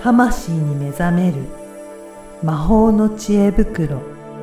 魂に目覚める魔法の知恵袋。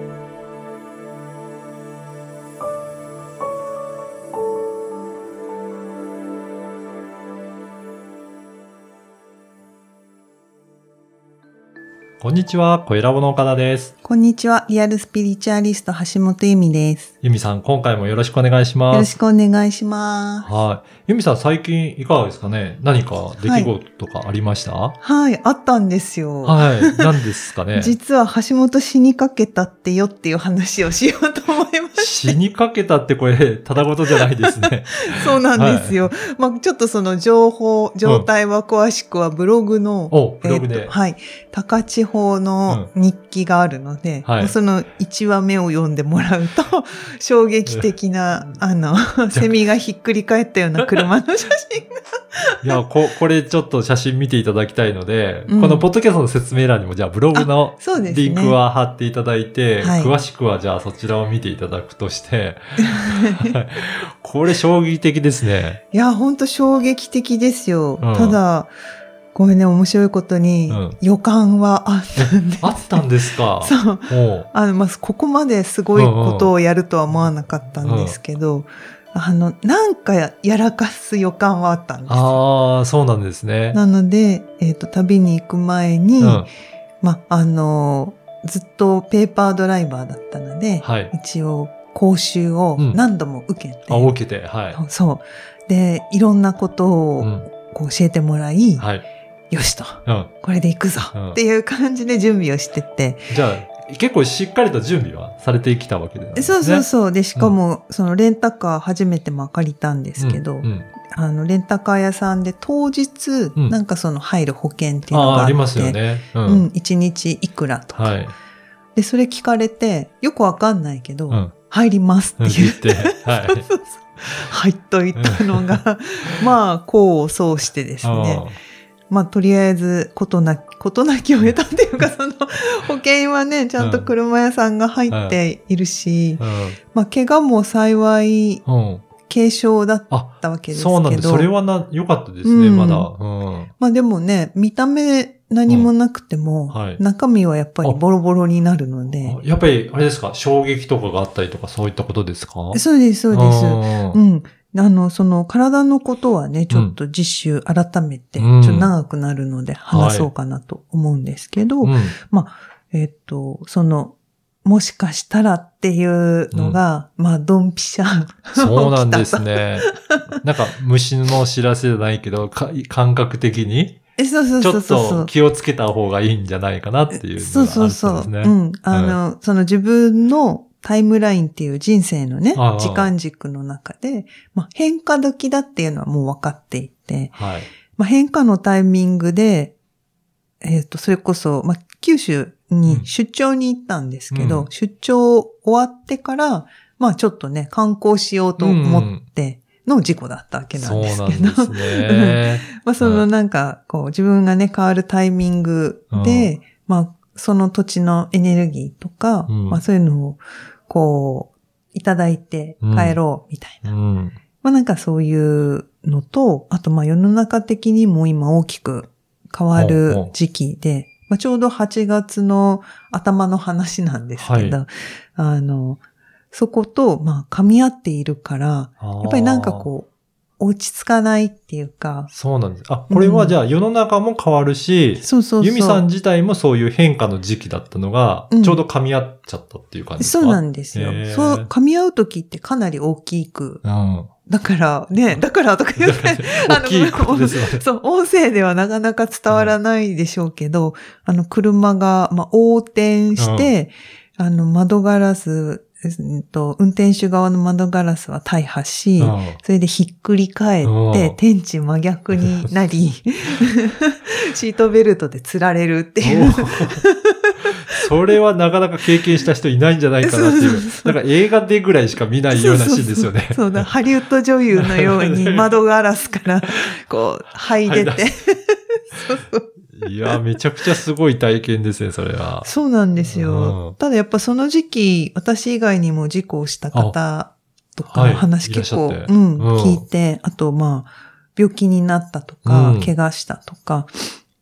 こんにちは、声ラボの岡田です。 こんにちは、リアルスピリチュアリスト橋本由美です。 由美さん、今回もよろしくお願いします。 よろしくお願いします。 はい。由美さん、最近いかがですかね？何か出来事とかありました？ はい、あったんですよ。 はい。何ですかね？ 実は橋本死にかけたってよっていう話をしようと思いました。 死にかけたってこれ、ただごとじゃないですね。 そうなんですよ。はい、ちょっとその状態は詳しくはブログの、 ブログで。 はい。高千穂の日記があるので、はい、その1話目を読んでもらうと、衝撃的な、セミがひっくり返ったような車の写真が。 いや、これちょっと写真見ていただきたいので、このポッドキャストの説明欄にもじゃあブログのリンクは貼っていただいて、はい、詳しくはじゃあそちらを見ていただくとして、これ衝撃的ですね。 いや、ほんと衝撃的ですよ。ただ、これね、面白いことに、予感はあったんです。 あったんですか？ そう。ここまですごいことをやるとは思わなかったんですけど、なんかやらかす予感はあったんです。 ああ、そうなんですね。 なので、旅に行く前に、ずっとペーパードライバーだったので、はい、一応講習を何度も受けて。 受けて、はい。 そう。で、いろんなことをこう教えてもらい、はい、よしと、これで行くぞ、っていう感じで準備をしてて。 じゃあ、結構しっかりと準備はされてきたわけですね。 そうそう。で、しかも、そのレンタカー初めて借りたんですけど、レンタカー屋さんで当日、なんかその入る保険っていうのがあって。 ありますよね。 1日いくらとか。はい、で、それ聞かれて、よくわかんないけど、入りますって言って。はい、入っといたのが、功を奏してですね。とりあえず、事なきを得たっていうか、その、保険はね、ちゃんと車屋さんが入っているし、怪我も幸い、軽傷だったわけですけど。 そうなんです。それは良かったですね、まだ。 でもね、見た目何もなくても、中身はやっぱりボロボロになるので。 やっぱり、あれですか、衝撃とかがあったりとか、そういったことですか？ そうです、そうです。その体のことはね、ちょっと次週改めて、ちょっと長くなるので話そうかなと思うんですけど、その、もしかしたらっていうのが、ドンピシャ。 そうなんですね。なんか、虫の知らせじゃないけど、感覚的に。ちょっと気をつけた方がいいんじゃないかなっていうのがあるんですね。 そう。その自分のタイムラインっていう人生のね、時間軸の中で、変化時だっていうのはもう分かっていて、はい、変化のタイミングで、それこそ、九州に出張に行ったんですけど、出張終わってから、ちょっとね、観光しようと思っての事故だったわけなんですけど。 そうなんですね。 そのなんか、こう、自分がね、変わるタイミングで、その土地のエネルギーとか、そういうのを、こう、いただいて帰ろうみたいな。なんかそういうのと、あと世の中的にも今大きく変わる時期で、ちょうど8月の頭の話なんですけど、そこと噛み合っているから、やっぱりなんかこう、落ち着かないっていうか。 そうなんです。これはじゃあ世の中も変わるし、由美さん自体もそういう変化の時期だったのが、ちょうど噛み合っちゃったっていう感じですか？ そうなんですよ。そう、噛み合う時ってかなり大きく。だからね、だからとか言って、 大きいことですよね。 そう、音声ではなかなか伝わらないでしょうけど、車が、横転して、窓ガラス、運転手側の窓ガラスは大破し、それでひっくり返って、天地真逆になり、シートベルトで釣られるっていう。 それはなかなか経験した人いないんじゃないかなっていう。なんか映画でぐらいしか見ないようなシーンですよね。 そうだ、ハリウッド女優のように窓ガラスからこう、這い出て。 いや、めちゃくちゃすごい体験ですね、それは。 そうなんですよ。ただやっぱその時期、私以外にも事故をした方とか話結構、聞いて、あと病気になったとか、怪我したとか、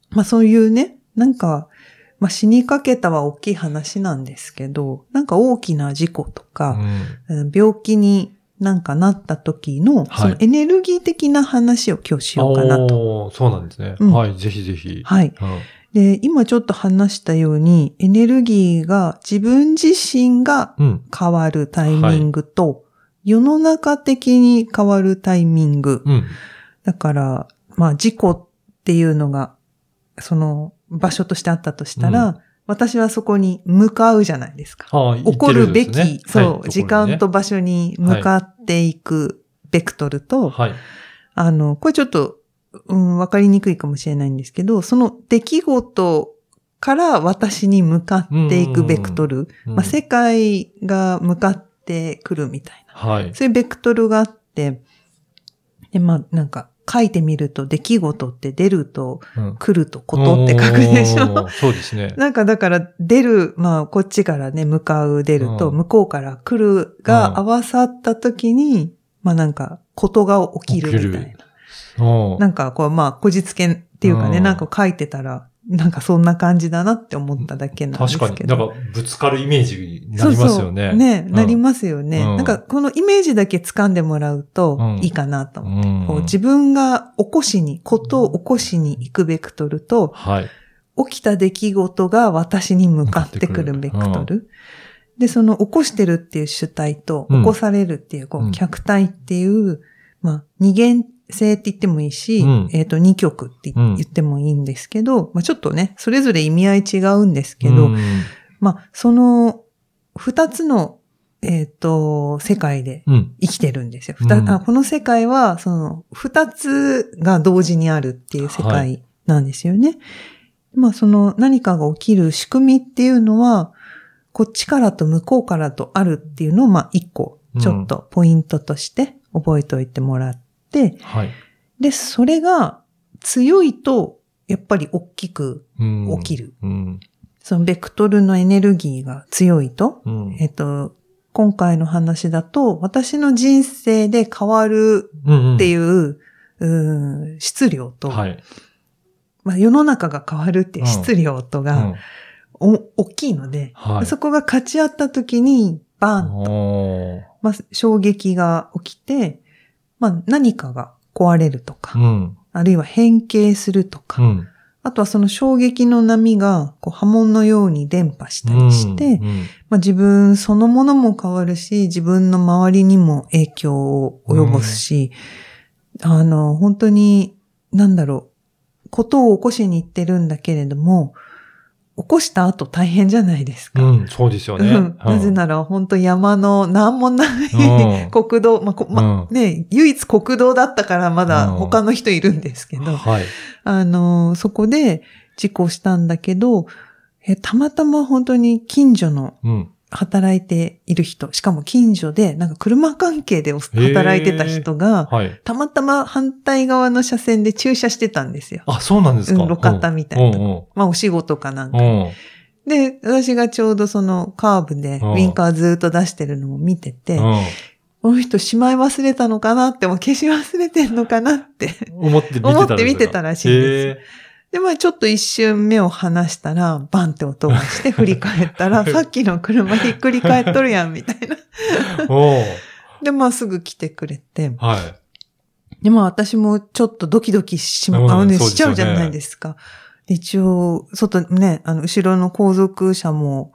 まあそういうね、なんか、まあ死にかけたは大きい話なんですけど、なんか大きな事故とか、病気になんかなった時の、そのエネルギー的な話を今日しようかなと。 そうなんですね。はい、ぜひぜひ。 はい。で、今ちょっと話したように、エネルギーが自分自身が変わるタイミングと、世の中的に変わるタイミング。だから、まあ事故っていうのが、その場所としてあったとしたら、私はそこに向かうじゃないですか。起こるべき、そう、時間と場所に向かっていくベクトルと、これちょっと、わかりにくいかもしれないんですけど、その出来事から私に向かっていくベクトル、まあ、世界が向かってくるみたいな、そういうベクトルがあって、で、まあ、なんか、書いてみると出来事って出ると、来るとことって書くでしょ。 そうですね。 なんかだから出る、まあこっちからね、向かう出ると、向こうから来るが合わさった時に、まあなんかことが起きるみたいな。なんかこうまあこじつけっていうかね、なんか書いてたら、なんかそんな感じだなって思っただけなんですけど。 確かに。なんかぶつかるイメージになりますよね。 そうね、なりますよね。なんかこのイメージだけ掴んでもらうといいかなと思って。こう自分がことを起こしに行くベクトルと、起きた出来事が私に向かってくるベクトル。で、その起こしてるっていう主体と、起こされるっていう、こう客体っていう、まあ二元性って言ってもいいし、二極って言ってもいいんですけど、まあちょっとね、それぞれ意味合い違うんですけど、まあその二つの、世界で生きてるんですよ。この世界は、その二つが同時にあるっていう世界なんですよね。まあその何かが起きる仕組みっていうのは、こっちからと向こうからとあるっていうのを、まあ一個、ちょっとポイントとして覚えておいてもらって、で、それが強いと、やっぱり大きく起きる。そのベクトルのエネルギーが強いと、今回の話だと、私の人生で変わるっていう、質量と、まあ、世の中が変わるっていう質量とが、大きいので、そこが勝ち合った時に、バーンと、まあ、衝撃が起きて、まあ、何かが壊れるとか、あるいは変形するとか、あとはその衝撃の波がこう波紋のように伝播したりして、まあ、自分そのものも変わるし、自分の周りにも影響を及ぼすし、本当に、なんだろう、ことを起こしに行ってるんだけれども、起こした後大変じゃないですか。 そうですよね。 なぜなら本当山のなんもない国道、ね、唯一国道だったからまだ他の人いるんですけど、そこで事故したんだけど、たまたま本当に近所の働いている人、しかも近所でなんか車関係で働いてた人が、たまたま反対側の車線で駐車してたんですよ。 あ、そうなんですか。 路肩みたいな。まあお仕事かなんか。で、私がちょうどそのカーブでウィンカーずっと出してるのを見てて、この人しまい忘れたのかなって、もう消し忘れてんのかなって思って見てたらしいんです。で、まあちょっと一瞬目を離したら、バンって音がして振り返ったら、さっきの車ひっくり返っとるやん、みたいな。で、まあすぐ来てくれて。で、まあ私もちょっとドキドキしちゃうじゃないですか。一応、外ね、後ろの後続車も、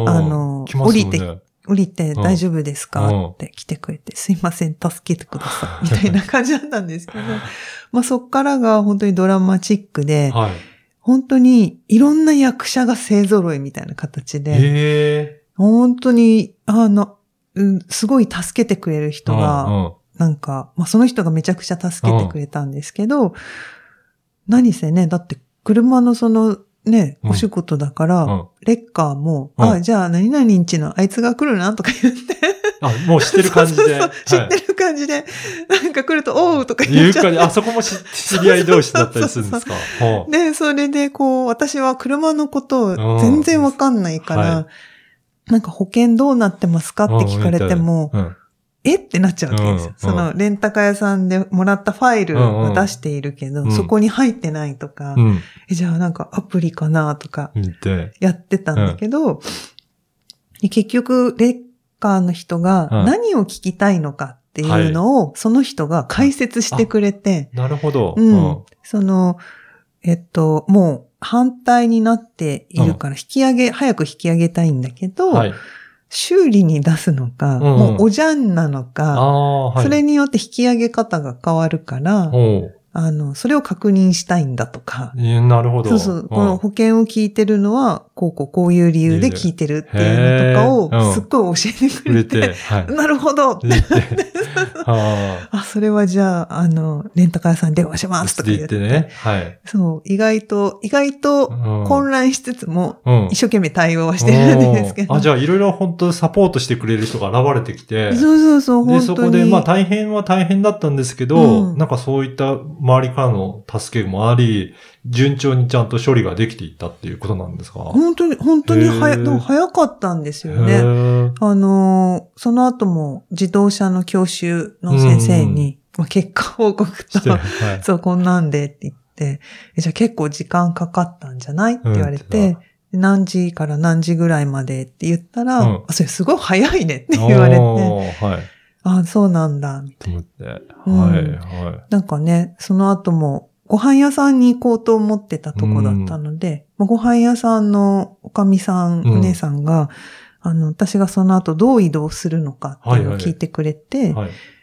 降りて大丈夫ですかって来てくれて、すいません、助けてください。みたいな感じだったんですけど、まあそっからが本当にドラマチックで、本当にいろんな役者が勢揃いみたいな形で、本当に、すごい助けてくれる人が、なんか、まあその人がめちゃくちゃ助けてくれたんですけど、何せね、だって車のその、ね、お仕事だから、レッカーも、じゃあ何々んちのあいつが来るなとか言って。 もう知ってる感じで。 知ってる感じで、なんか来ると、おうとか言っちゃって。 そこも知り合い同士だったりするんですか。 で、それでこう、私は車のことを全然わかんないから、なんか保険どうなってますかって聞かれても、 ってなっちゃうわけですよ。そのレンタカー屋さんでもらったファイルを出しているけど、そこに入ってないとか、じゃあなんかアプリかなとか、やってたんだけど、結局、レッカーの人が何を聞きたいのかっていうのを、その人が解説してくれて、 なるほど。 その、もう反対になっているから早く引き上げたいんだけど、修理に出すのか、もうおじゃんなのか、それによって引き上げ方が変わるから、それを確認したいんだとか。 なるほど。 この保険を聞いてるのは、こういう理由で聞いてるっていうのとかを、すっごい教えてくれて、なるほどそれはじゃあ、レンタカー屋さんに電話しますとか言ってね。そう、意外と混乱しつつも、一生懸命対応はしてるんですけど。 じゃあ、いろいろ本当サポートしてくれる人が現れてきて。 そう、 で、そこで、大変は大変だったんですけど、なんかそういった周りからの助けもあり、順調にちゃんと処理ができていったっていうことなんですか？ 本当に早かったんですよね。その後も自動車の教習の先生に、結果報告と、そう、こんなんでって言って、じゃあ結構時間かかったんじゃないって言われて、何時から何時ぐらいまでって言ったら、それすごい早いねって言われて、そうなんだ、みたいな。なんかね、その後も、ご飯屋さんに行こうと思ってたとこだったので、ご飯屋さんのおかみさん、お姉さんが、私がその後どう移動するのかっていうのを聞いてくれて、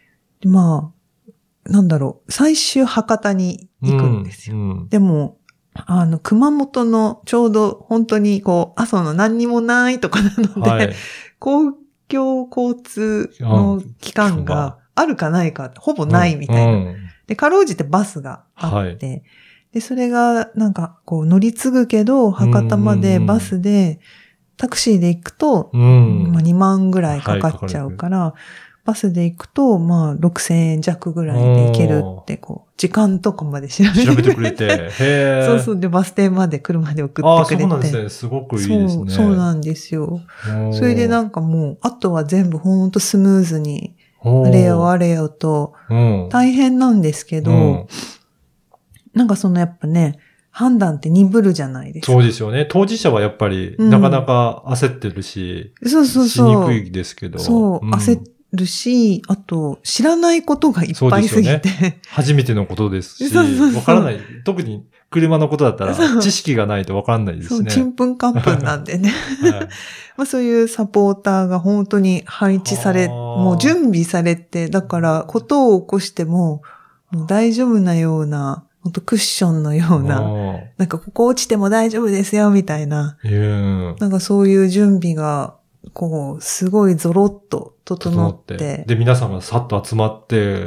最終博多に行くんですよ。でも、熊本のちょうど本当に阿蘇の何にもないとかなので、公共交通の機関があるかないか、ほぼないみたいな。で、かろうじてバスがあって、で、それが乗り継ぐけど、博多までバスで、タクシーで行くと、2万ぐらいかかっちゃうから、バスで行くと、6000円弱ぐらいで行けるって、時間とかまで調べてくれて。そう。で、バス停まで車で送ってくれて。 そうなんですね。すごくいいですね。 そうなんですよ。それでもう、あとは全部ほんとスムーズに、あれよと、大変なんですけど、やっぱね、判断って鈍るじゃないですか。 そうですよね。当事者はやっぱり、なかなか焦ってるし、しにくいですけど。 焦るし、あと、知らないことがいっぱいすぎて。 初めてのことですし、わからない。特に車のことだったら、知識がないとわからないですね。 ちんぷんかんぷんなんでね。そういうサポーターが本当に配置され、もう準備されて、だからことを起こしても大丈夫なような、本当クッションのような、ここ落ちても大丈夫ですよ、みたいな。そういう準備が、すごいゾロッと整って。 で、皆さんがさっと集まって、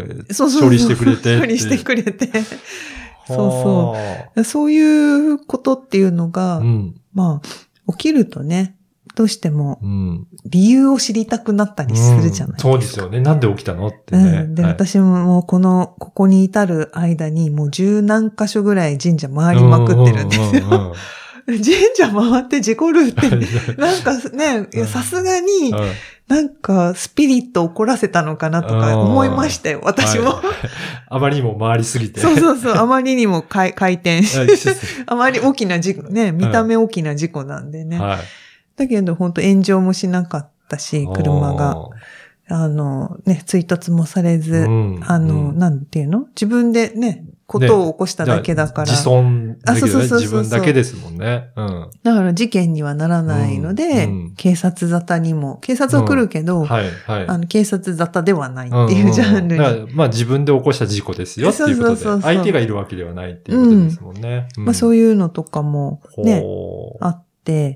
処理してくれて。 処理してくれて。そういうことっていうのが、起きるとね、どうしても、理由を知りたくなったりするじゃないですか。 そうですよね。なんで起きたのってね。 で、私もここに至る間にもう10何箇所ぐらい神社回りまくってるんですよ。神社回って事故るって、さすがに、スピリットを怒らせたのかなとか思いましたよ、私も。 あまりにも回りすぎて。 そう、あまりにも回転して、あまり大きな事故、見た目大きな事故なんでね。だけど本当炎上もしなかったし、車が。追突もされず、なんていうの？自分でことを起こしただけだから。 自損だけどね。自分だけですもんね。 だから事件にはならないので、警察沙汰にも、警察は来るけど、警察沙汰ではないっていうジャンルに。 自分で起こした事故ですよっていうことで、相手がいるわけではないっていうことですもんね。 そういうのとかもあって、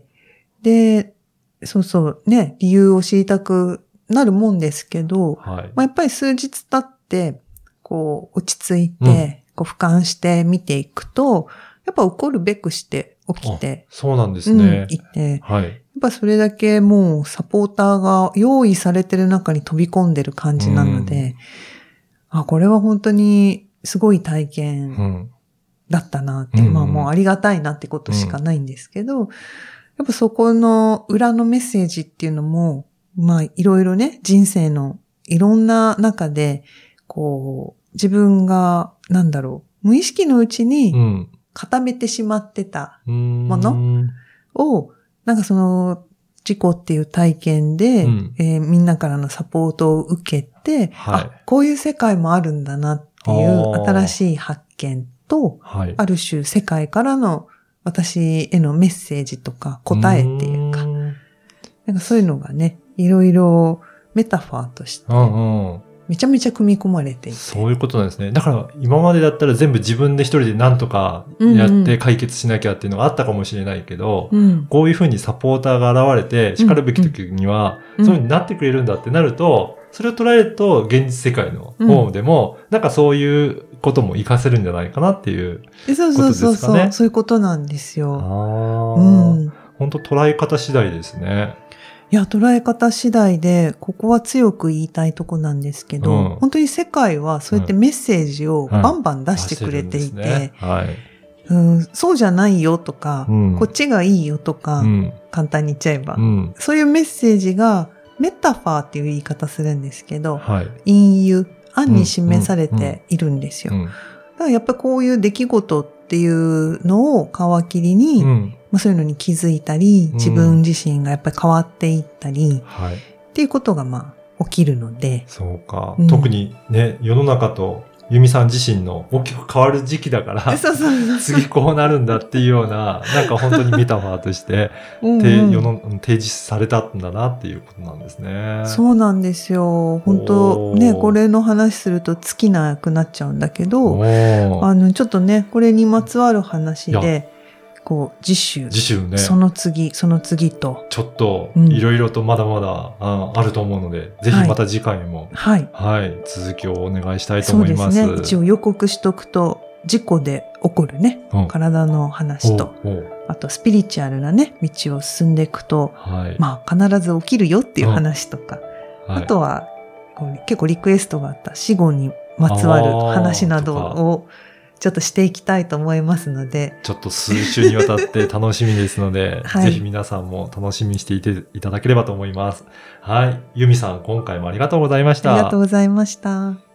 で、理由を知りたくなるもんですけど、やっぱり数日経って、落ち着いて、俯瞰して見ていくと、やっぱ起こるべくして起きて。 そうなんですね。 いて。やっぱそれだけもうサポーターが用意されてる中に飛び込んでる感じなので、これは本当にすごい体験だったなって、もうありがたいなってことしかないんですけど、やっぱそこの裏のメッセージっていうのも、いろいろね、人生のいろんな中で、自分が、無意識のうちに固めてしまってたものを、事故っていう体験で、みんなからのサポートを受けて、こういう世界もあるんだなっていう新しい発見と、ある種世界からの私へのメッセージとか答えっていうか、そういうのがね、いろいろメタファーとして、めちゃめちゃ組み込まれていて。 そういうことなんですね。だから今までだったら全部自分で一人で何とかやって解決しなきゃっていうのがあったかもしれないけど、こういうふうにサポーターが現れて、叱るべき時には、そういうふうになってくれるんだってなると、それを捉えると現実世界の方でも、そういうことも活かせるんじゃないかなっていうことですかね。 そういうことなんですよ。 本当捉え方次第ですね。 いや、捉え方次第で、ここは強く言いたいとこなんですけど、本当に世界はそうやってメッセージをバンバン出してくれていて、そうじゃないよとか、こっちがいいよとか、簡単に言っちゃえば、そういうメッセージがメタファーっていう言い方するんですけど、隠喩、暗に示されているんですよ。だからやっぱりこういう出来事っていうのを皮切りに、そういうのに気づいたり、自分自身がやっぱり変わっていったり、っていうことが起きるので。 そうか。特にね、世の中と由美さん自身の大きく変わる時期だから、次こうなるんだっていうような、本当にメタファーとして提示されたんだなっていうことなんですね。 そうなんですよ。本当ね、これの話すると尽きなくなっちゃうんだけど、ちょっとね、これにまつわる話で、次週ね。その次と。 ちょっと、いろいろとまだまだ、あると思うので、ぜひまた次回も、続きをお願いしたいと思います。 そうですね。一応予告しとくと、事故で起こるね、体の話と、あとスピリチュアルなね、道を進んでいくと、必ず起きるよっていう話とか、あとは、結構リクエストがあった死後にまつわる話などを、ちょっとしていきたいと思いますので。 ちょっと数週にわたって楽しみですので、ぜひ皆さんも楽しみにしていただければと思います。由美さん、今回もありがとうございました。 ありがとうございました。